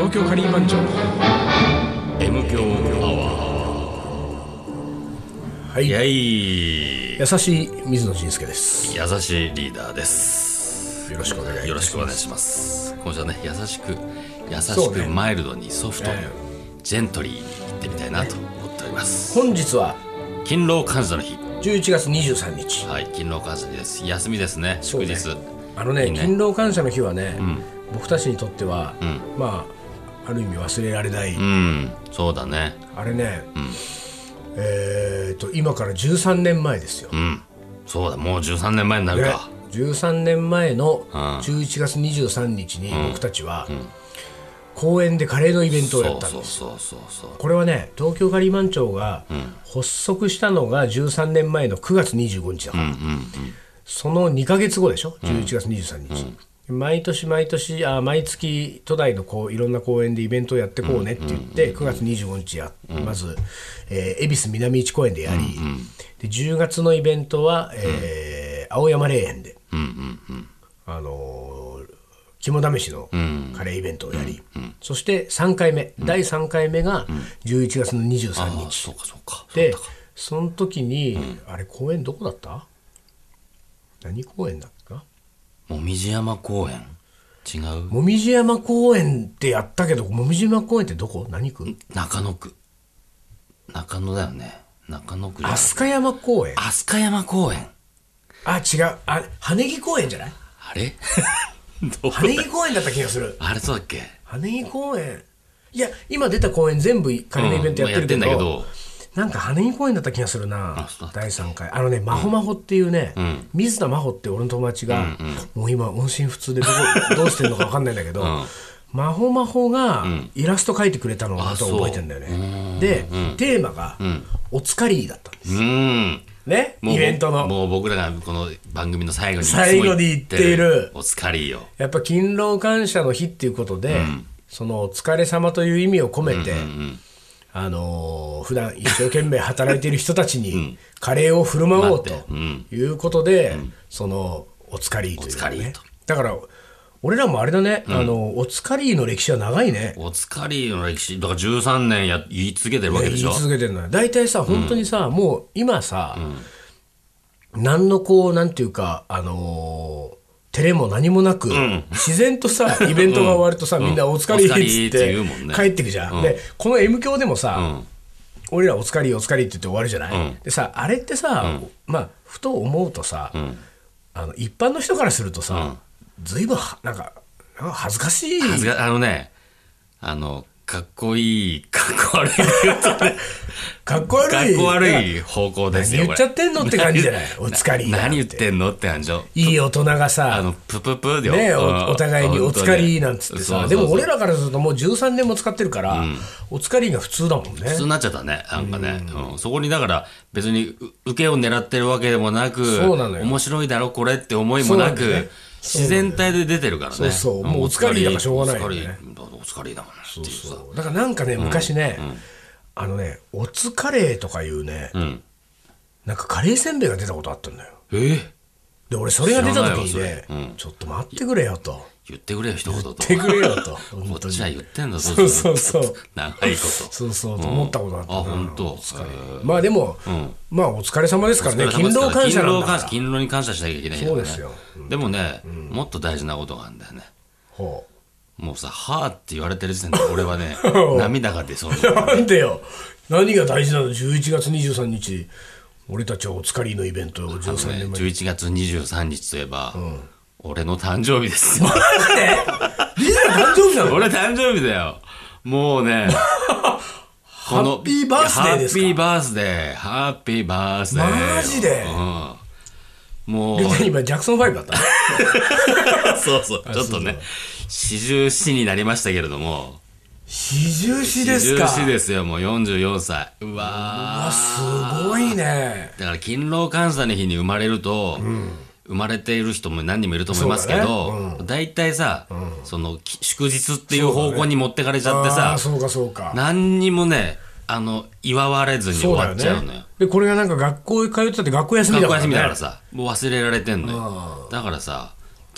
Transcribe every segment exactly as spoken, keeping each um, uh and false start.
東京カリー番長 M 強アワー。 はい、 いやい優しい水野仁介です。 優しいリーダーです。 よろしくお願いします。 よろしくお願いします。今週はね、優しく優しくそうねマイルドにソフトに、 えジェントリーに行ってみたいなと思っております。 本日は勤労感謝の日。 じゅういちがつにじゅうさんにち。 はい、勤労感謝の日です。休みですね、祝日。 そうねあのね、 いいね勤労感謝の日はね、 ん僕たちにとっては、 んまあある意味忘れられない、 うん、そうだね。 あれね、えーと今からじゅうさんねんまえですよ、 うんそうだ、もうじゅうさんねんまえになるねか。 じゅうさんねんまえのうんじゅういちがつにじゅうさんにちに僕たちは、公園でカレーのイベントをやったんです。 そうそうそうそうこれはね、東京カリー番長が発足したのがじゅうさんねんまえのくがつにじゅうごにちだから、そのにかげつごでしょ、じゅういちがつにじゅうさんにち、毎年毎年あ毎月都内のこういろんな公園でイベントをやってこうねって言って、くがつにじゅうごにちや、まず、えー恵比寿南市公園でやり、でじゅうがつのイベントは、えー青山霊園で、あのー肝試しのカレーイベントをやり、そしてさんかいめ、だいさんかいめがじゅういちがつのにじゅうさんにち、 そうかそうか。 でその時に、あれ公園どこだった？何公園だっけか？ もみじ山公園違う？ もみじ山公園ってやったけど、もみじ山公園ってどこ？何区？ 中野区。中野だよね。中野区じゃない。 飛鳥山公園。 飛鳥山公園。 あ、違う。あ、羽木公園じゃない？ あれどこだ羽木公園だった気がする。 あれそうだっけ？ 羽木公園。いや、今出た公園全部カレーのイベントやってるけど、 うんやってんだけどなんか羽木公園だった気がするな。 そうだっただいさんかい。あのね、まほまほっていうね、 ん水田まほって俺の友達が、もう今音信不通でどこどうしてるのか分かんないんだけど、まほまほがイラスト描いてくれたのをまた覚えてるんだよね。で、テーマが、おつかりだったんです。 うーん。 ね、 もうイベントの。 もう僕らがこの番組の最後にいつも最後に言っているお疲れよ。 やっぱ勤労感謝の日っていうことで、そのお疲れ様という意味を込めて、あのー普段一生懸命働いている人たちにカレーを振る舞おうということで、そのおつかりというかね。だから俺らもあれだね、あのおつかりの歴史は長いね。 お疲れの歴史だからじゅうさんねんや言い続けてるわけでしょ。 言い続けてるのよ。大体さ、本当にさ、もう今さ、何のこうなんていうか、あのー照れも何もなく、自然とさイベントが終わるとさ、みんなお疲れっつって帰ってくじゃん。でこの M 響でもさ、俺らお疲れお疲れって言って終わるじゃない。でさ、あれってさ、まあふと思うとさ、あの一般の人からするとさ、ずいぶんなんか恥ずかしい。 恥ずかあのね、あのかっこいいかっこ悪いって言うとねかっこ悪いかっこ悪い方向ですよ。 何言っちゃってんのって感じじゃない。おつかり何言ってんのって感じ。 いい大人がさ、 あのプププでよ、 ね、お, お互いにおつかりなんつってさ、でも俺らからするともうじゅうさんねんも使ってるから、おつかりが普通だもんね。 普通になっちゃったね、なんかね、うん、そこにだから別に受けを狙ってるわけでもなく、 そうなのよ。 面白いだろこれって思いもなく、 ね、 自然体で出てるからね。 そうそう、もうおつかりだからしょうがないよね。 おつかりだもんねっていうさ。 そうそう、だからなんかね、昔ね、うんうん、あのね、おつカレーとかいうね、うん、なんかカレーせんべいが出たことあったんだよ。 えー、 で俺それが出た時にね、うん、ちょっと待ってくれよと。 言ってくれよ一言と。 言ってくれよと。 こっちは言ってんだぞ。 そうそうそう。 長いこと。 そうそう、と思ったことあった。 あ、本当。 まあでも、まあお疲れ様ですからね。勤労感謝なんだから。 勤労に感謝しなきゃいけない。 そうですよ。 でもね、もっと大事なことがあるんだよね。 ほう。 もうさ、はーって言われてる時点で俺はね、涙が出そう。 なんでよ。何が大事なの？じゅういちがつにじゅうさんにち、俺たちはおつかりのイベントをじゅうさんねんまえに。 じゅういちがつにじゅうさんにちといえば、俺の誕生日ですよ。 マジで？リーダー誕生日なの？ 俺誕生日だよ。もうね、 ハッピーバースデーですか？ ハッピーバースデー、ハッピーバースデー。 マジで？ うん。もう。 今ジャクソンファイブだった？ そうそう、ちょっとね、四十四になりましたけれども。 四十四ですか？ 四十四ですよ、もうよんじゅうよんさい。うわー。すごいね。 だから勤労感謝の日に生まれると、うん生まれている人も何人もいると思いますけど、大体、ねうん、さ、うん、その祝日っていう方向に持ってかれちゃってさ、 そうかそうか、 何にもね、あの祝われずに終わっちゃうのよ。 そうだよね。でこれがなんか学校通ってたって学校休みだからね。 学校休みだからさ、もう忘れられてんのよ。だからさ、ちっ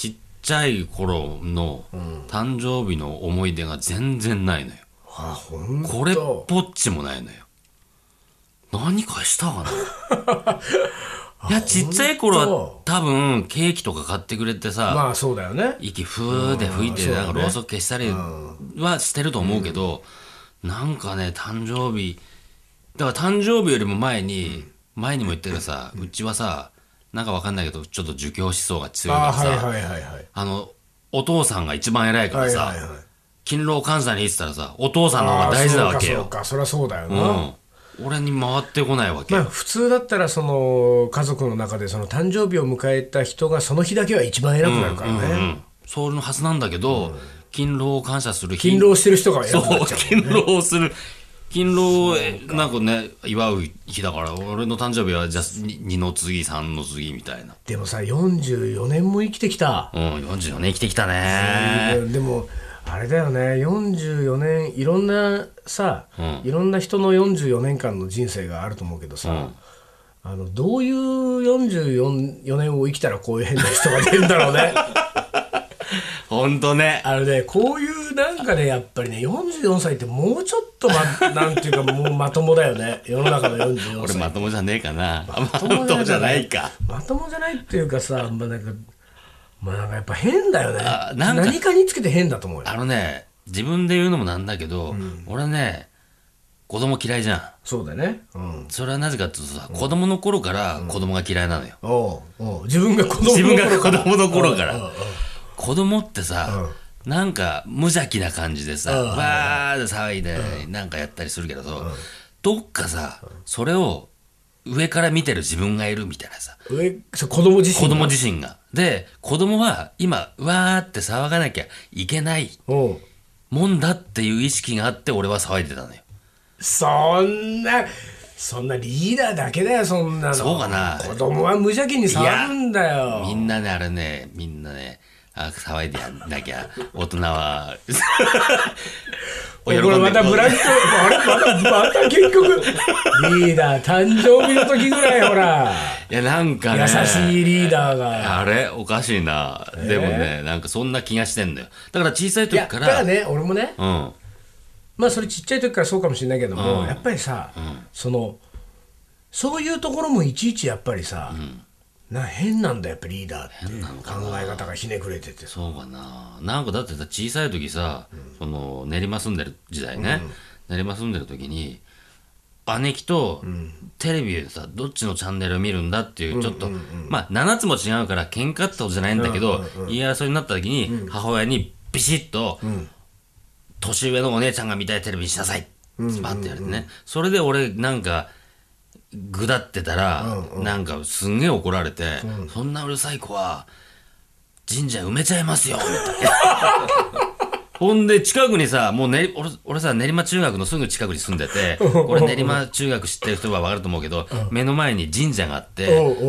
ちゃい頃の誕生日の思い出が全然ないのよ。 あ、ほんとこれっぽっちもないのよ。何かしたかな。いや、ちっちゃい頃は多分ケーキとか買ってくれてさ、 まあそうだよね。 息ふーで吹いてなんかろうそく消したりはしてると思うけど、なんかね、誕生日だから誕生日よりも前に、前にも言ったけどさ、うちはさ、なんかわかんないけどちょっと儒教思想が強いからさ、 あ、はいはいはいはい、 あのお父さんが一番偉いからさ、 はいはいはい、 勤労感謝に言ってたらさ、お父さんの方が大事なわけよ。 そうかそうか、そりゃそうだよな、うん、 俺に回ってこないわけ。 まあ、普通だったらその家族の中でその誕生日を迎えた人がその日だけは一番偉くなるからね、うんうんうん、 そういうのはずなんだけど、うん、勤労を感謝する日、 勤労してる人が偉くなっちゃうもんね。 そう、勤労をする勤労をなんかね祝う日だから、俺の誕生日はじゃあにの次さんの次みたいな。 でもさ、よんじゅうよねんも生きてきた。 うん、よんじゅうよねん生きてきたね。 でもあれだよね、よんじゅうよねんいろんなさ、うん、いろんな人のよんじゅうよねんかんの人生があると思うけどさ、うん、あのどういうよんじゅうよねんを生きたらこういう変な人が出るんだろうね。 ほんとね。 あれね、こういうなんかね、やっぱりね、よんじゅうよんさいってもうちょっと、ま、なんていうかもうまともだよね、世の中のよんじゅうよんさい。 俺まともじゃねえかな。まともじゃないか。 まともじゃないっていうかさ、まあなんか、まあなんかやっぱ変だよね。なんか何かにつけて変だと思うよ。 あのね、自分で言うのもなんだけど、うん、俺ね、子供嫌いじゃん。 そうだね、うん、 それはなぜかっていうとさ、うん、子供の頃から子供が嫌いなのよ、 うん、おうおう、自分が子供の頃から。 自分が子供の頃から。子供ってさ、うん、なんか無邪気な感じでさ、わーって騒いでなんかやったりするけどさ、うん、どっかさ、それを上から見てる自分がいるみたいなさ、 上、子供自身が。 子供自身が。で、子供は今、わーって騒がなきゃいけないもんだっていう意識があって、俺は騒いでたのよ。 そんな、そんなリーダーだけだよ、そんなの。 そうかな。 子供は無邪気に騒ぐんだよ。 みんなね、あれね、みんなね、あ、騒いでやんなきゃ、大人は。 これまたブラック、あれまた、また結局、リーダー、誕生日の時ぐらい、ほら。 いや、なんかね。 優しいリーダーが。 あれおかしいな。えー、でもね、なんかそんな気がしてんだよ。だから小さい時から。 いや、だからね、俺もね、 うん。 まあ、それちっちゃい時からそうかもしれないけども、うん、やっぱりさ、うん、その、そういうところもいちいちやっぱりさ、うんな変なんだやっぱりリーダーって考え方がひねくれてて。 そうかな。なんかだってさ、小さい時さ、うん、その練馬住んでる時代ね、うん、練馬住んでる時に姉貴とテレビでさ、どっちのチャンネルを見るんだっていうちょっと、うんうんうん、まあななつも違うから喧嘩ってことじゃないんだけど、うんうんうん、言い争いになった時に母親にビシッと、うん、年上のお姉ちゃんが見たいテレビにしなさいってスパッてやるね、うんうんうん、それで俺なんかぐだってたら、うんうん、なんかすんげえ怒られて、うん、そんなうるさい子は神社埋めちゃいますよみたいな。ほんで近くにさ、もう、ね、俺, 俺さ練馬中学のすぐ近くに住んでて、これ練馬中学知ってる人は分かると思うけど、目の前に神社があって、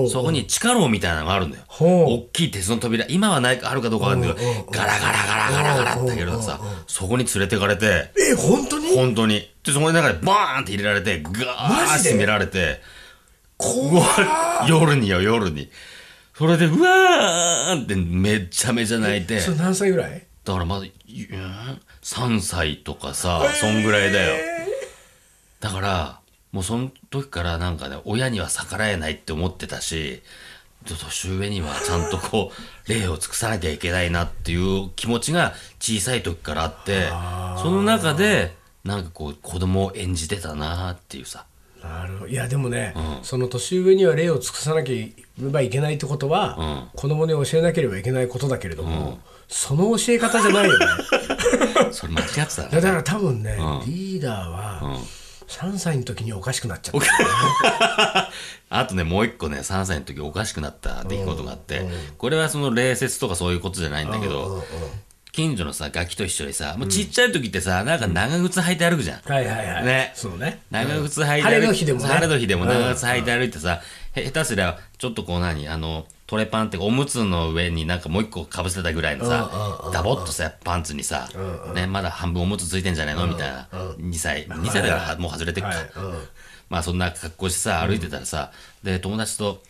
そこに地下牢みたいなのがあるんだよ。大きい鉄の扉、今はないかあるかどうか分かんないけど、ガラガラガラガラガラって開けるとさ、そこに連れてかれて、 え本当に本当にでそこの中でバーンって入れられて、ガーッて閉められて、 怖夜によ夜に、それでうわーってめちゃめちゃ泣いて。 それ何歳ぐらい？ だからまださんさいとかさ、そんぐらいだよ。だからもうその時からなんかね、親には逆らえないって思ってたし、年上にはちゃんとこう礼を尽くさなきゃいけないなっていう気持ちが小さい時からあって、その中でなんかこう子供を演じてたなっていうさ。 なるほど。いやでもね、うん、その年上には礼を尽くさなければいけないってことは、うん、子供に教えなければいけないことだけれども、うん、その教え方じゃないよね。 それ間違ってたね。 だから多分ね、うん、リーダーはさんさいの時におかしくなっちゃった、ね、 あとね、もう一個ね、さんさいの時おかしくなった出来事があって、うんうん、これはその礼節とかそういうことじゃないんだけど、うんうんうん、近所のさガキと一緒にさ、もうちっちゃい時ってさ、なんか長靴履いて歩くじゃん、 うん、はいはいはい、 ね、 そうね、 長靴履いて歩いて、 晴れの日でもね、 晴れの日でも長靴履いて歩いてさ、うんうん、下手すりゃちょっとこう何あのトレパンっておむつの上になんかもう一個かぶせたぐらいのさ、うんうん、ダボっとさパンツにさ、うんうん、ね、まだ半分おむつついてんじゃないのみたいな、うんうん、にさいにさいだからもう外れてくか、はい、うん、まあそんな格好してさ歩いてたらさ、うん、で友達と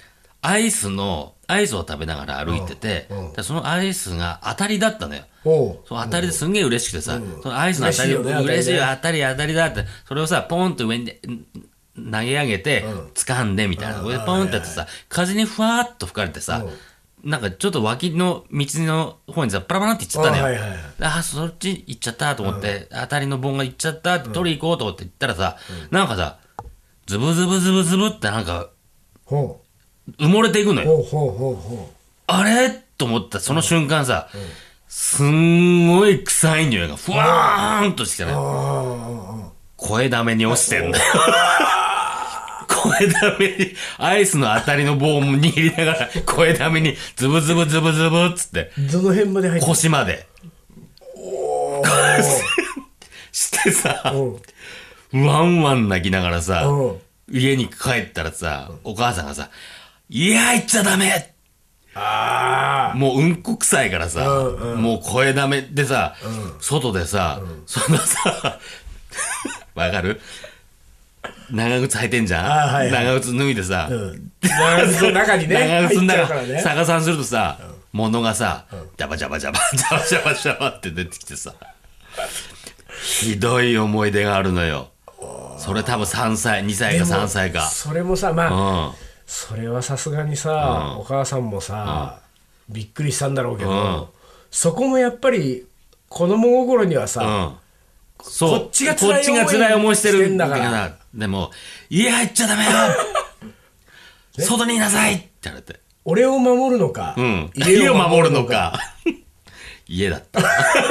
アイスのアイスを食べながら歩いてて、 うんうんでそのアイスが当たりだったのよ。 おうその当たりですんげえ嬉しくてさ、 うんそのアイスの当たり嬉しいよね嬉しいよ当当たり当たりだって、それをさポンと上にん投げ上げて、 うん掴んでみたいな、 うんこれでポンってやってさ、風にふわーっと吹かれてさ、なんかちょっと脇の道の方にさパラパラって行っちゃったのよ。 あはいはいはいああそっち行っちゃったと思って、当たりの盆が行っちゃったって取り行こうと思って行ったらさ、なんかさズブズブズブズブってなんかほ埋もれていくのよ。 うほうほうほうほあれと思ったその瞬間さ、すんごい臭い匂いがふわーんとしてね、 うあ声だめに落ちてんだよ。声だめに、アイスの当たりの棒を握りながら、声だめにズブズブズブズブっつって、 あどの辺まで入ってる腰まで。 おーしてさ、 うんワンワン泣きながらさ、 うん家に帰ったらさ、お母さんがさ、いや、行っちゃダメああもううんこ臭いからさ、 うんうんもう声だめでさ、外でさ、そのさ、わかる長靴履いてんじゃん、 あはいはい長靴脱いでさ、 うん長靴の中にね長靴の中入っちゃうからね逆さんするとさ、物がさ、ジャバジャバジャバジャバジャバジャバって出てきてさ、ひどい思い出があるのよ。それ多分さんさいにさいかさんさいか。 それもさまあ、 うんそれはさすがにさ、 うんお母さんもさ、びっくりしたんだろうけど、 うんそこもやっぱり子供心にはさ、 うんそうこっちが辛い思いこっちが辛い思いしてるしてんだからでも家入っちゃダメよ外にいなさいって言われて、 俺を守るのか、 うん、家を守るのか家だった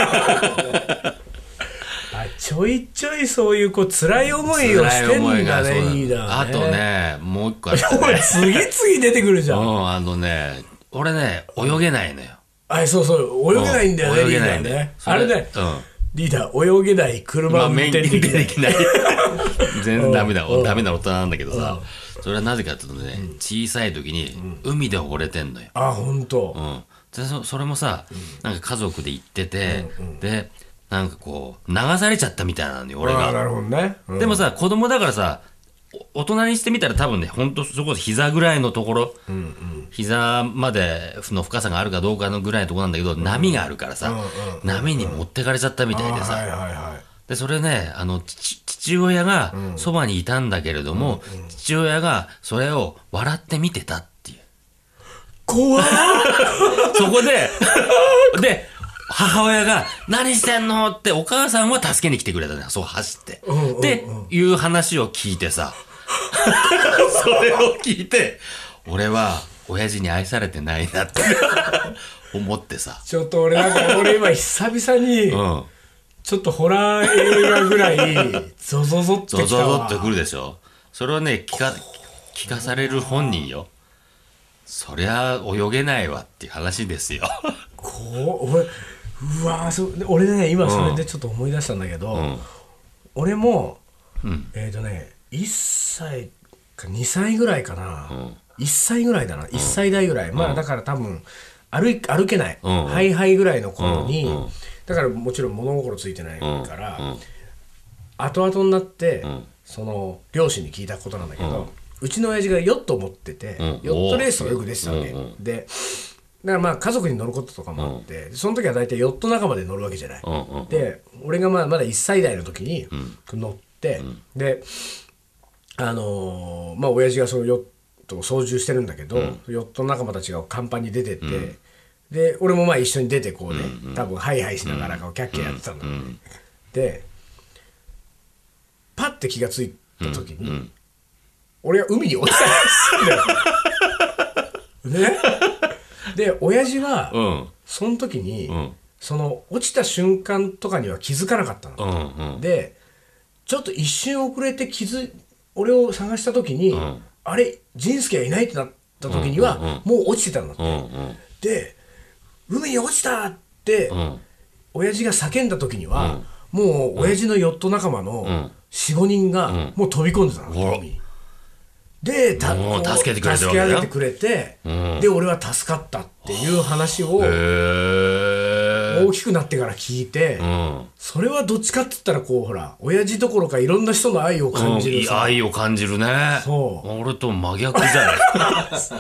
あちょいちょいそういうこう辛い思いをしてんだね。いいそうなあとねもう一個あっておいね次々出てくるじゃん、 うんあのね俺ね泳げないのよ。 あそうそう泳げないんだよね、 うん泳げないリーダーねそれあれね、 うんリーダー泳げない車まあ、 運免転できない、 許できない全然ダメだ、 うんダメな大人なんだけどさ、それはなぜかっていうとね、小さい時に海で溺れてんのよ。 あ本当、 うん、で そ, それもさ、なんか家族で行ってて、でなんかこう流されちゃったみたいなのよ俺が。 あなるほどね、うんでもさ子供だからさお大人にしてみたら多分ねほんとそこ膝ぐらいのところ、 うんうん膝までの深さがあるかどうかのぐらいのところなんだけど、波があるからさ、 うんうん波に持ってかれちゃったみたいでさ、 あはいはいはいでそれねあの父父親がそばにいたんだけれども、父親がそれを笑って見てたっていう怖っそこでで母親が何してんのってお母さんは助けに来てくれたのよそう走って、 うんうんうんっていう話を聞いてさそれを聞いて俺は親父に愛されてないなって思ってさ、 ちょっと俺なんか俺今久々にうんちょっとホラー映画ぐらいゾゾゾってきたわゾゾゾってくるでしょ。それをね聞か聞かされる本人よ。そりゃ泳げないわっていう話ですよ。 こう俺うわーそうで俺ね今それでちょっと思い出したんだけど、 うん俺もうんえっ、とねいっさいかにさいぐらいかな、 うんいっさいぐらいだな、いっさい代ぐらい、まあだから多分歩い歩けない、 うんハイハイぐらいの頃に、 うんうんだからもちろん物心ついてないから、 うんうん後々になって、 んその両親に聞いたことなんだけど、うちの親父がヨットを持ってて、 うんヨットレースをよく出てたわけ、 うんうんでだからまあ家族に乗ることとかもあって、その時は大体ヨット仲間で乗るわけじゃない、 うんうんで俺がまあまだいっさい代の時に乗って、であのーまあ親父がそのヨットを操縦してるんだけど、ヨット仲間たちが甲板に出てって、で俺もまあ一緒に出てこうね、多分ハイハイしながらこうキャッキャやってたんだ、でパッて気がついた時に、俺が海に落ちたんだよねで親父は、 うんその時に、 んその落ちた瞬間とかには気づかなかったの、 うんうんでちょっと一瞬遅れて気づ俺を探した時に、 んあれ仁助がいないってなった時には、 うんうんうんもう落ちてたんだって、 うんうんで海に落ちたって、 うん親父が叫んだ時には、もう親父のヨット仲間のよん、ごにんがもう飛び込んでたの、 ほら海にでたもうこう助けてくれてるわ助けだけ上げてくれて、 うんで俺は助かったっていう話をへえ大きくなってから聞いて、 うんそれはどっちかって言ったらこうほら親父どころかいろんな人の愛を感じるさ、 うん愛を感じるね。 そう俺と真逆じゃない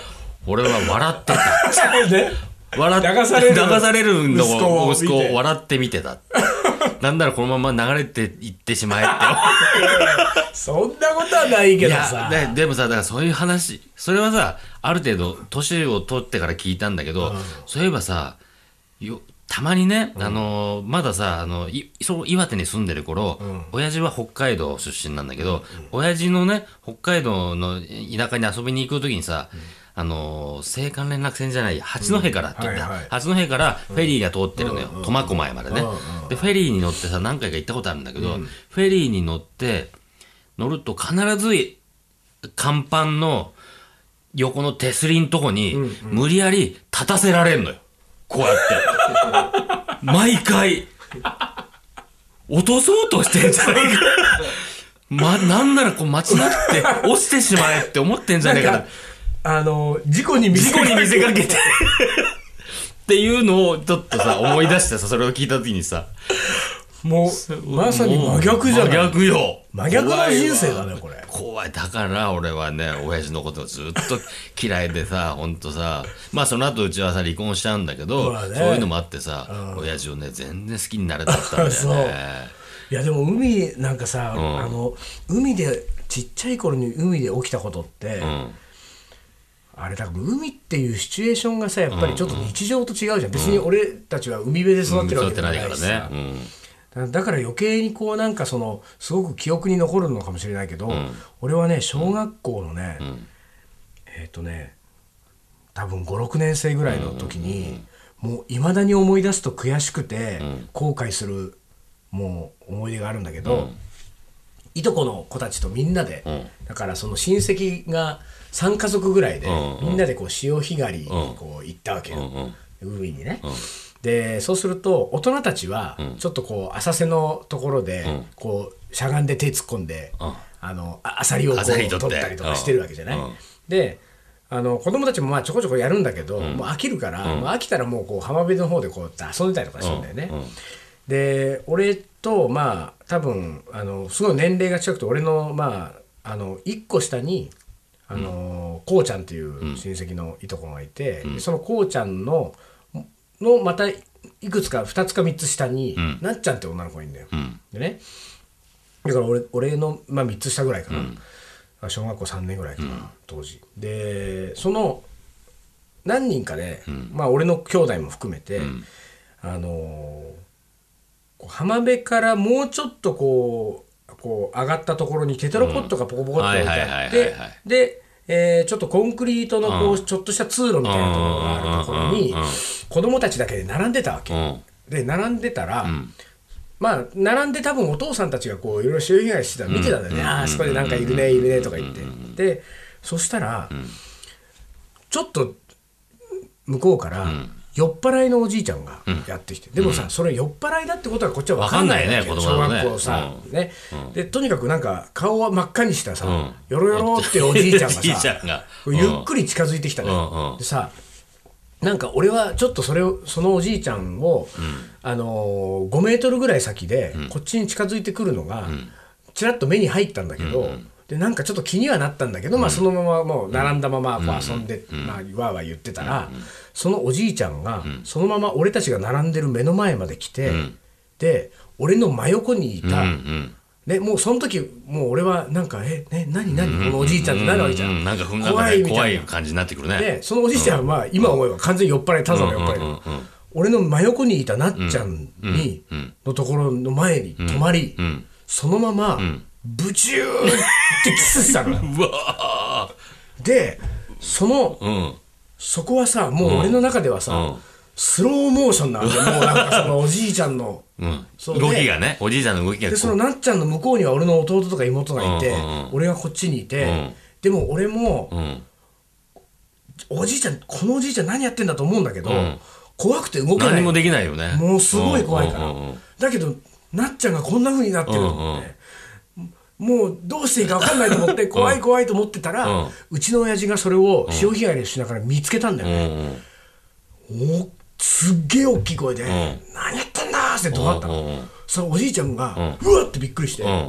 俺は笑ってた。 ね、 笑っ流される流されるの息子をを見て息子を笑って見てた。なんならこのまま流れていってしまえって。 そんなことはないけいやどさ。 ででもさ、だからそういう話、それはさ、ある程度年を取ってから聞いたんだけど、うん、そういえばさ、よたまにね、うん、あのまださ、あのいそう岩手に住んでる頃、うん、親父は北海道出身なんだけど、うん、親父のね北海道の田舎に遊びに行く時にさ、うん、あの青函連絡船じゃない八戸からって言った、うんはいはい、八戸からフェリーが通ってるのよ、苫小牧までね、うん、でフェリーに乗ってさ何回か行ったことあるんだけど、うん、フェリーに乗って乗ると必ず甲板の横の手すりんとこに無理やり立たせられんのよ、こうやって毎回落とそうとしてんじゃねえか、ま、なんならこう間違って落ちてしまえって思ってんじゃねえかな、なんかあの事故に見せかけて事故に見せかけてっていうのをちょっとさ思い出してさ、それを聞いた時にさ、 もうまさに真逆じゃない。 真逆よ。 真逆の人生だねこれ。 怖い。だから俺はね、親父のことずっと嫌いでさ、ほんとさ、まあその後うちはさ離婚しちゃうんだけど、そう、ね、そういうのもあってさ、うん、親父をね全然好きになれなかったんだよね。そういやでも海なんかさ、うん、あの海でちっちゃい頃に海で起きたことって、うん、あれだから海っていうシチュエーションがさやっぱりちょっと日常と違うじゃん、うん、別に俺たちは海辺で育ってるわけじゃないしさ、うん、だから余計にこうなんかそのすごく記憶に残るのかもしれないけど、うん、俺はね小学校のね、うん、えっとね多分ごろくねん生ぐらいの時に、うん、もういまだに思い出すと悔しくて、うん、後悔するもう思い出があるんだけど、うん、いとこの子たちとみんなで、うん、だからその親戚がさん家族ぐらいで、うん、みんなでこう潮干狩りにこう行ったわけよ、うん、海にね、うん、でそうすると大人たちはちょっとこう浅瀬のところでこうしゃがんで手突っ込んで、うん、あのアサリをこう取ったりとかしてるわけじゃない、うん、であの子供たちもまあちょこちょこやるんだけど、うん、もう飽きるから、うん、もう飽きたらもうこう浜辺の方でこう遊んでたりとかするんだよね、うんうん、で俺とまあ多分あのすごい年齢が近くて俺のまああのいっこ下にあの、うん、こうちゃんっていう親戚のいとこがいて、うん、そのこうちゃんののまたいくつかふたつかみっつ下に、うん、なっちゃんって女の子がいるんだよ、うん、でねだから 俺, 俺の、まあ、みっつ下ぐらいかな、うん小学校さんねんぐらいかな、うん、当時でその何人かで、うんまあ、俺の兄弟も含めて、うん、あのー、浜辺からもうちょっとこう、こう上がったところにテトロポットがポコポコって置いてあってで、えー、ちょっとコンクリートのこう、うん、ちょっとした通路みたいなところがあるところに子供たちだけで並んでたわけ、うん、で並んでたら、うんまあ、並んで多分お父さんたちがこういろいろ潮干狩りしてたの見てたんだよね、うん、ああそこでなんかいるねいるねとか言って、うん、でそしたら、うん、ちょっと向こうから酔っ払いのおじいちゃんがやってきて、うん、でもさそれ酔っ払いだってことはこっちは分かんないわけ、 分かんないね小学校さ、うんねうん、でとにかくなんか顔は真っ赤にしたさ、うん、よろよろっておじいちゃんがさが、うん、ゆっくり近づいてきたね、うんうん、でさなんか俺はちょっとそれをそのおじいちゃんを、うんあのー、ごメートルぐらい先でこっちに近づいてくるのがちらっと目に入ったんだけど、うん、でなんかちょっと気にはなったんだけど、うんまあ、そのままもう並んだままこう遊んで、うんまあ、わーわー言ってたら、うん、そのおじいちゃんがそのまま俺たちが並んでる目の前まで来て、うん、で俺の真横にいた、うんうんね、もうその時もう俺はなんかえね何何このおじいちゃんってなるわけじゃん、うんうんうん、なんか怖いみたいな怖い感じになってくるね。 でそのおじいちゃんは、まあ、今思えば完全に酔っ払いただの酔っ払い、うんうんうんうん、俺の真横にいたなっちゃんに、うんうん、のところの前に止まり、うんうん、そのまま、うん、ブチューってキスしたのようわでその、うん、そこはさもう俺の中ではさ、うんスローモーションなんでもうなんかそのおじいちゃんの、 うん、動きがねおじいちゃんの動きがでそのなっちゃんの向こうには俺の弟とか妹がいて、うんうんうん、俺がこっちにいて、うん、でも俺も、うん、おじいちゃんこのおじいちゃん何やってんだと思うんだけど、うん、怖くて動けない何もできないよねもうすごい怖いから、うんうんうん、だけどなっちゃんがこんな風になってるのって、うんうん、もうどうしていいか分かんないと思って怖い怖いと思ってたら、うん、うちの親父がそれを潮干狩りしながら見つけたんだよね、うんうん、おすっげえ大きい声で、うん、何やってんだーって怒鳴ったの、うんうん、そのおじいちゃんが、うん、うわってびっくりして、うん、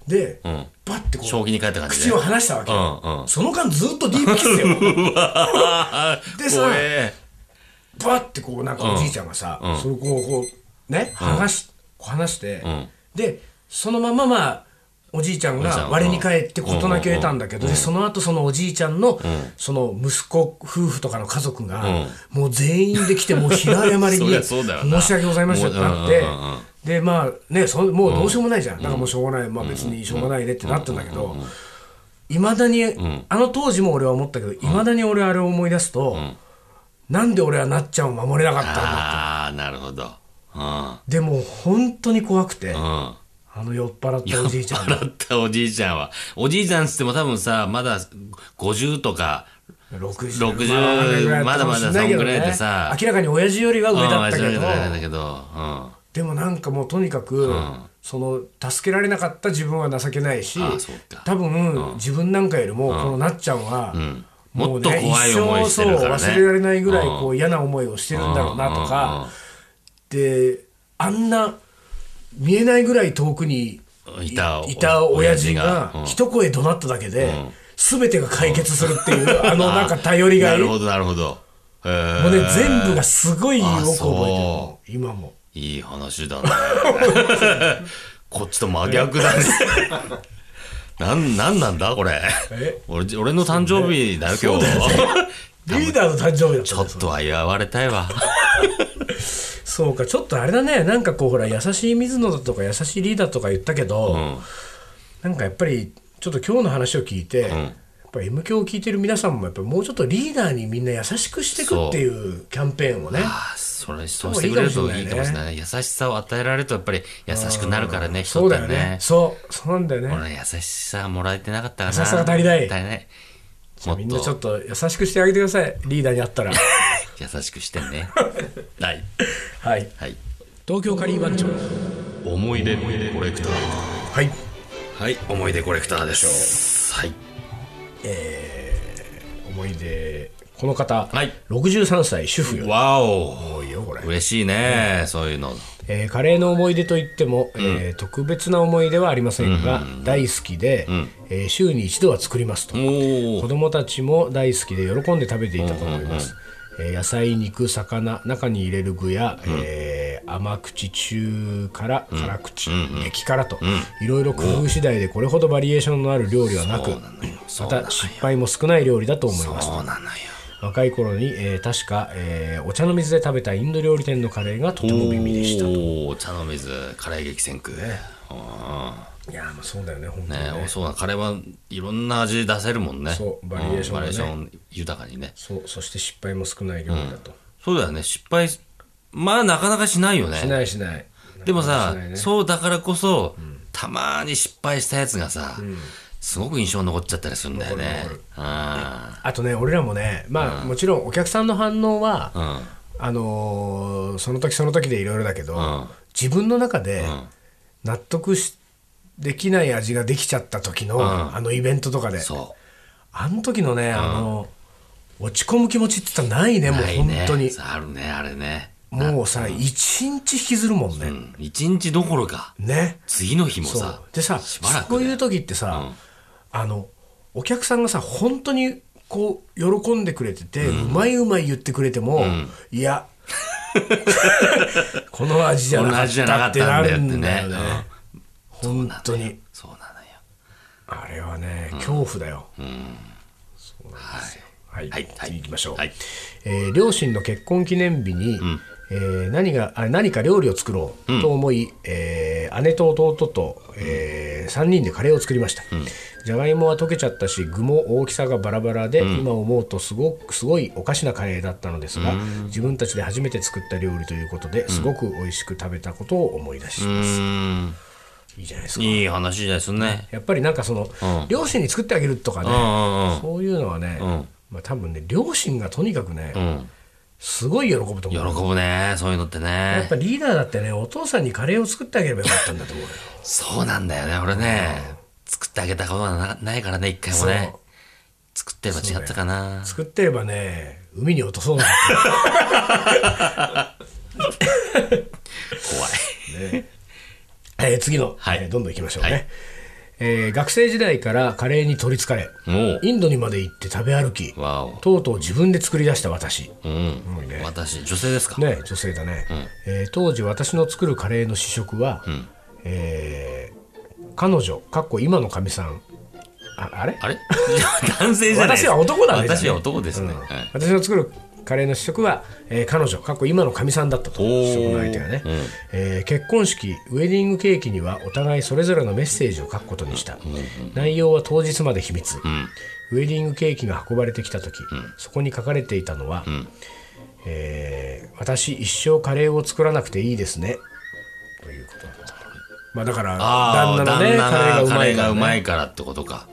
で、 うんバッてこ正気に帰った感うじで口を離したわけよ、 うんうん、 その間ずっとディープキスよでさ、 えバッてこうなんかおじいちゃんがさ、 うん、 それをこうこうね剥がし、こう離して、 うん、 でそのまままあおじいちゃんが我に返って事なきを得たんだけど、でその後そのおじいちゃんのその息子夫婦とかの家族がもう全員で来てもう平謝りに申し訳ございませんってなって、でまあねそもうどうしようもないじゃん、だからもうしょうがない、まあ別にしょうがないねってなったんだけど、いまだにあの当時も俺は思ったけど、いまだに俺あれを思い出すと、なんで俺はなっちゃんを守れなかったんだって。 ああなるほど、うん、 でも本当に怖くて、 うんあの酔っ払ったおじいちゃん酔っ払ったおじいちゃんはおじいちゃんっつっても多分さまだごじゅうとかろくじゅう、 ろくじゅうまだまだそんぐらいでさ、 明らかに親父よりは上だったけど、 うん、だけど、うん、 でもなんかもうとにかく、うん、その助けられなかった自分は情けないし、多分、うん、自分なんかよりも、うん、このなっちゃんは、うん、もうね、もっと怖い思いしてるからね、一生そう忘れられないぐらいこう、うん、嫌な思いをしてるんだろうなとか、うん、であんな見えないぐらい遠くにいた、いた親父が一声怒鳴っただけで、うん、全てが解決するっていう、うん、あのなんか頼りがい、 なるほどなるほど、へー、 もうね全部がすごいよく覚えてる、今もいい話だねこっちと真逆だねなん、なんなんだこれ、俺、俺の誕生日だよ今日、 リーダーの誕生日だった、ね、 ちょっとは祝われたいわそうか、ちょっとあれだね、なんかこうほら優しい水野だとか優しいリーダーとか言ったけど、うん、なんかやっぱりちょっと今日の話を聞いて、うん、やっぱり エム 響を聞いてる皆さんもやっぱもうちょっとリーダーにみんな優しくしていくっていうキャンペーンをね、 あそれそうしてくれるといいかもしれないね。優しさを与えられるとやっぱり優しくなるからね、人ってね。そうだよね。 そうそうなんだよね。 俺優しさもらえてなかったかな。 優しさが足りない。 足りない。 じゃあみんなちょっと優しくしてあげてください、リーダーに会ったら優しくしてねはい、 はい、はい、東京カリー番長思い出コレクター、 はいはい、思い出コレクターでしょう。はい、 えー、思い出この方、 はい、 ろくじゅうさんさい主婦よ。 わお、 多いよこれ。 嬉しいね、うん、そういうの。 えー、カレーの思い出といっても、うん、えー、特別な思い出はありませんが、うん、大好きで、うん、えー、週に一度は作りますと。子供たちも大好きで喜んで食べていたと思います。うんうんうん、えー、野菜、肉、魚、中に入れる具や、うん、えー、甘口、中辛、辛口、うん、激辛と、いろいろ工夫次第でこれほどバリエーションのある料理はなく、また失敗も少ない料理だと思います。 そうなのよ。 若い頃に、えー、確か、えー、お茶の水で食べたインド料理店のカレーがとても美味でしたと。 お茶の水カレー激戦区、ね、 いやまあそうだよね本当に ね, ねそうだ、カレーはいろんな味出せるもんね。 そうバリエーション、ね、 バリエーション豊かにね。 そう、そして失敗も少ない料理だと、うん、 そうだよね。失敗まあなかなかしないよね。 しないしない。 でもさ、ね、そうだからこそ、うん、たまに失敗したやつがさ、うん、すごく印象に残っちゃったりするんだよね。 あ, あとね俺らもね、まあ、うん、もちろんお客さんの反応は、うん、あのー、その時その時でいろいろだけど、うん、自分の中で納得しできない味ができちゃった時の、うん、あのイベントとかで、 そうあの時のね、うん、あの落ち込む気持ちって言ったらないね。もう本当にあるねあれね。 もうさ、うん、一日引きずるもんね、うん、 一日どころか、ね、次の日もさでさしばらく、ね、そういう時ってさ、うん、あのお客さんがさ本当にこう喜んでくれてて、うん、うまいうまい言ってくれても、うん、いやこの味じゃなかったってなるんだよね、うん、本当にそうなのよ。 あれはね、うん、恐怖だよ、うん、そうなんですよ。はい、 はい、 次行きましょう、 はい。 えー、両親の結婚記念日に、うん、えー、何があ何か料理を作ろうと思い、うん、えー、姉と弟と、えー、さんにんでカレーを作りました。うん、じゃがいもは溶けちゃったし具も大きさがバラバラで、うん、今思うとすごくすごいおかしなカレーだったのですが、うん、自分たちで初めて作った料理ということですごく美味しく食べたことを思い出します。うん、いいじゃないですか。 いい話ですね。 やっぱりなんかその、うん、両親に作ってあげるとかね、うん、そういうのはね、うん、まあ、多分ね両親がとにかくね、うん、すごい喜ぶと思う。 喜ぶね、そういうのってね。 やっぱリーダーだってね、お父さんにカレーを作ってあげればよかったんだと思うよそうなんだよね。俺ね、うん、作ってあげたことは な, ないからね、一回もね。作ってれば違ったかな。 作ってればね、海に落とそうだって怖い、ね。えー、次の、はい、えー、どんどんいきましょうね。はい、 えー学生時代からカレーに取りつかれ、 おインドにまで行って食べ歩き、 わお。 とうとう自分で作り出した私。 うんすごいね。 私女性ですか。 ね、女性だね、えー当時私の作るカレーの試食は、えー彼女かっこ今のかみさん、ああれあれ男性じゃないです私は男だね。 私は男ですね、 うんはい私の作るカレーの試食は、えー彼女かっこ今のかみさんだったと。 おー試食の相手がね、えー結婚式ウェディングケーキにはお互いそれぞれのメッセージを書くことにした、内容は当日まで秘密、ウェディングケーキが運ばれてきた時、そこに書かれていたのは、えー私一生カレーを作らなくていいですねということだった。まあだからああ、 旦那のね旦那がカレーがうまいいからってことか。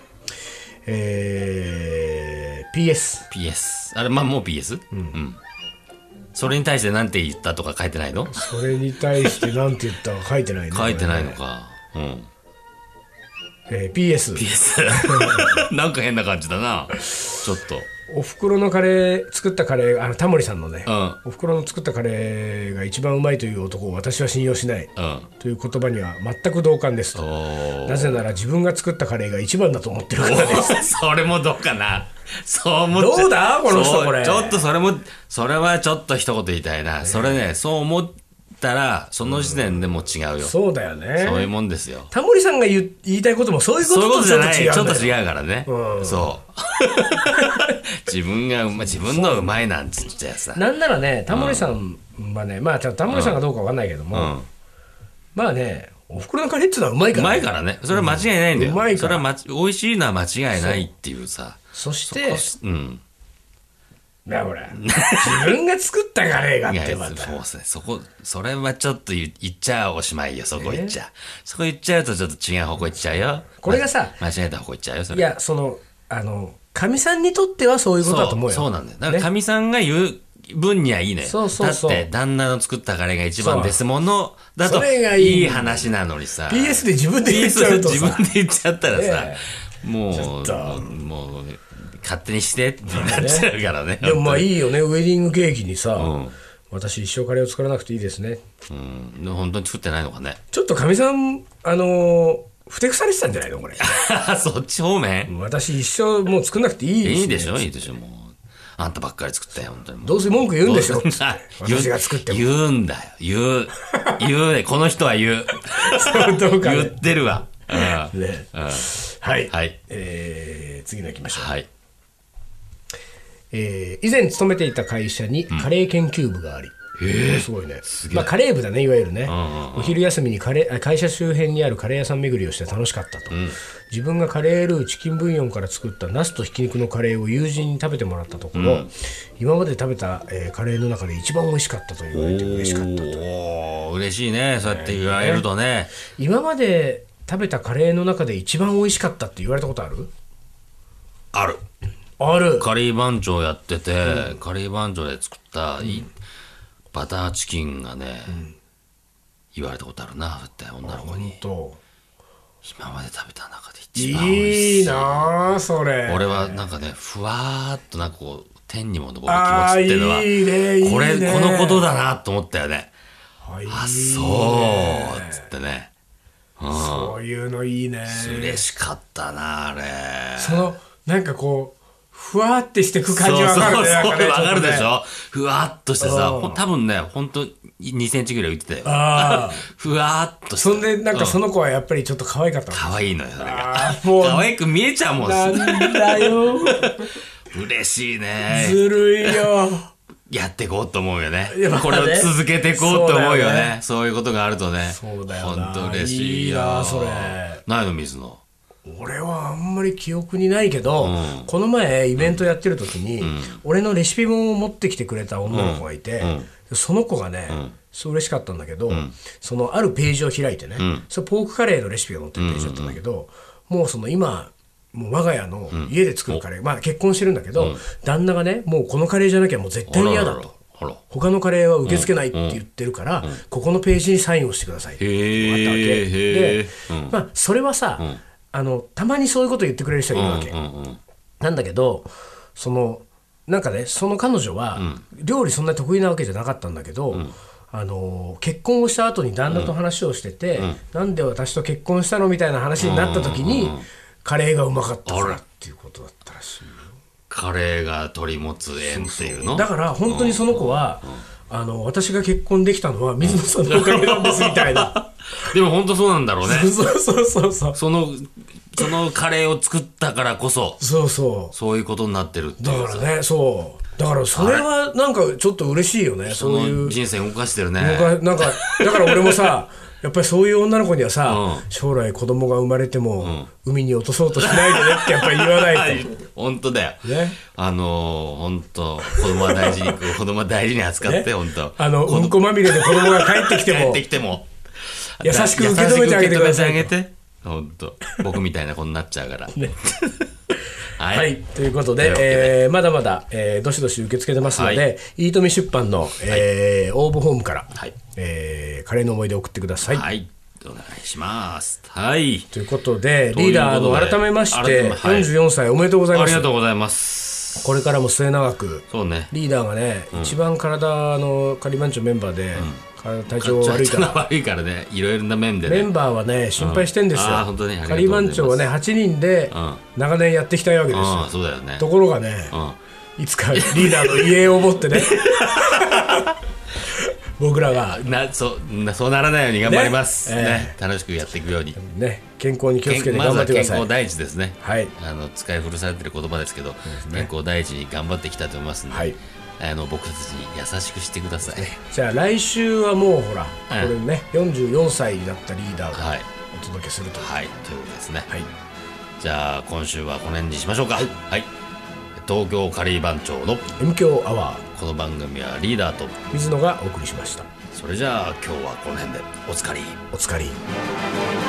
えー ピーエスピーエス あれ、まあもう ピーエス、うんそれに対して何て言ったとか書いてないの。 それに対して何て言ったか書いてないね。 書いてないのこか。うんれねえー ピーエスピーエス なんか変な感じだなちょっと。 おふくろのカレー作ったカレー、あのタモリさんのね、 うんおふくろの作ったカレーが一番うまいという男を私は信用しないうんという言葉には全く同感ですと。 おなぜなら自分が作ったカレーが一番だと思ってるからですそれもどうかな。そう思っちゃどうだこの人そうこれちょっとそれもそれはちょっと一言言いたいな、それね、そう思ったらその時点でもう違うよ、 そうだよね。 そういうもんですよ。 タモリさんが言う言いたいこともそういうこそういうこととじゃとちょっと違うんだよ。 ない、ちょっと違うからね、 うんそう自分がうま自分のうまいなんつっちゃさ、 なんならね、タモリさんはね、まあタモリさんがどうかわかんないけども、 うんまあね、おふくろのカレーっていうのはうまいから、 うまいからね、それは間違いないんだよ、 うんうまいからそれはまち美味しいのは間違いないっていうさ、 そしてうんだほら自分が作ったカレーがあっいやてまたそうですね、そこそれはちょっと言言っちゃおしまいよ、そこ言っちゃ、そこ言っちゃうとちょっと違う方向行っちゃうよ、 これがさま間違えた方向行っちゃうよ、それ。 いやそのあのかみさんにとってはそういうことだと思うよ。 そうそうなんだよ。だからかみさんが言う分にはいいのよ。 そうそうそうだって旦那の作ったカレーが一番ですものだとそれがいいいい話なのにさ、 ピーエス で自分で言っちゃうとさピーエス で自分で言っちゃったらさ、 ねもちょっとうもう勝手にしてってなっちゃうからね。 でもまあい、 いいよね、ウェディングケーキにさ、 ん私一生カレーを作らなくていいですね。 うん、でも本当に作ってないのかね。 ちょっとかみさんあのーふてくされてたんじゃないのこれそっち方面私一生もう作んなくていいです、ね、 いいでしょ、いいでしょ、もう。あんたばっかり作ったよ、本当にもう。 どうせ文句言うんでしょどうせつって私が作っても言うんだよ、言う。言うね、この人は言う。 そうどうかね言ってるわ。うんねうんはい、 はいえー次の行きましょう、 はい。 えー以前勤めていた会社にカレー研究部があり、すごいね、 げえまあ、カレー部だねいわゆるね、 んうんお昼休みにカレーあ会社周辺にあるカレー屋さん巡りをして楽しかったと、自分がカレールーチキンブイヨンから作ったナスとひき肉のカレーを友人に食べてもらったところ、今まで食べた、えーカレーの中で一番美味しかったと言われて嬉しかったと。 おー、嬉しいね、そうやって言われるとね。 今まで食べたカレーの中で一番美味しかったって言われたことある？ ある。 ある。 カリー番長やってて、カリー番長で作ったいバターチキンがね、言われたことあるな、って女の子本に。 当。 今まで食べた中で一番美味しい。 いいなあそれ。 俺はなんかね、ふわーっとなんかこう、天にも昇る気持ちあーっていうのは、 いいねいいねこれ、このことだなと思ったよね。 はいいいねあ、そうっつってね。 そういうのいいね。 嬉しかったな、あれ。 そのなんかこうふわってしてく感じわかるね。 そうそうそう、 なんかねわかるでしちょっょ、ふわっとしてさ、 うんほん多分ね、ほんとにセンチぐらい浮いてたよ。 あふわっととねして。 そんでなんかその子はやっぱりちょっと可愛かったの。 可愛いのよ、それが。 あーもう可愛く見えちゃうもん。 なんだよ嬉しいね。 ずるいよ。 やっていこうと思うよねいやまあね。 これを続けていこうと思うよそうだよね。そういうことがあるとね。 そうだよなほんと嬉しいよ。 いいなそれないの、水野。 俺はあんまり記憶にないけど、 うんこの前イベントやってる時に、俺のレシピ本を持ってきてくれた女の子がいて、その子がね、そう嬉しかったんだけど、そのあるページを開いてね、それポークカレーのレシピが載ってるページだったんだけど、もうその今もう我が家の家で作るカレー、まあ結婚してるんだけど、旦那がねもうこのカレーじゃなきゃもう絶対に嫌だと。 あら。 他のカレーは受け付けないって言ってるから、ここのページにサインをしてくださいってへーあったわけでへーうんまあそれはさ、あのたまにそういうこと言ってくれる人がいるわけ、 うんうんなんだけどそのなんかねその彼女は料理そんなに得意なわけじゃなかったんだけど、 あの結婚をした後に旦那と話をしてて、うん、なんで私と結婚したのみたいな話になった時に、うん、カレーがうまかったからっていうことだったらしいよ。 カレーが取り持つ縁っていうの。 そうそう、だから本当にその子は、うんうん、あの私が結婚できたのは水野さんのおかげなんですみたいなでも本当そうなんだろうね。 そうそうそうそう、 そのそのカレーを作ったからこそそうそうそういうことになってるっていう。 だからね、そうだからそれはなんかちょっと嬉しいよね。 その人生動かしてるね。 なんかだから俺もさやっぱりそういう女の子にはさ、うん、将来子供が生まれても、うん、海に落とそうとしないでねってやっぱり言わないと本当だよ、 ね、 あのー、本当子供は大事に子供は大事に扱って、ね、本当あのうんこまみれで子供が帰ってきても帰ってきても優しく受け止めてあげてください。 本当僕みたいな子になっちゃうから、ねはい、はい、ということで、えー、まだまだ、えー、どしどし受け付けてますので、はい、イートミ出版の、えーはい、応募フォームから、はい、えー、カレーの思い出を送ってください。 はい、お願いします。はい、 ということでリーダーの改めましてよんじゅうよんさいおめでとうございます。 ありがとうございます。 これからも末永く。 そうね、 リーダーがね、うん、一番体のカリバンチョメンバーで、うん、体調悪いから悪いからね、いろいろな面でねメンバーはね心配してんですよ、うん、 あ本当にカリバンチョはねはちにんで長年やってきたいわけですよ、 うん、そうだよね。 ところがね、うん、いつかリーダーの遺影を持ってね僕らがな そ, なそうならないように頑張ります、ねねえー、楽しくやっていくように、 ね、健康に気をつけて頑張ってください。 まずは健康第一ですね、 はい、 あの使い古されてる言葉ですけど、ね、健康第一に頑張っていきたいと思いますので、はい、あの僕たちに優しくしてください。 じゃあ来週はもうほら、うん、これねよんじゅうよんさいになったリーダーがお届けするという、 はい、はい、ということですね、 はい、 じゃあ今週はこの辺にしましょうか。はい、はい、東京カリー番長の M 強アワー、 この番組はリーダーと水野がお送りしました。 それじゃあ今日はこの辺でおつかりおつかり。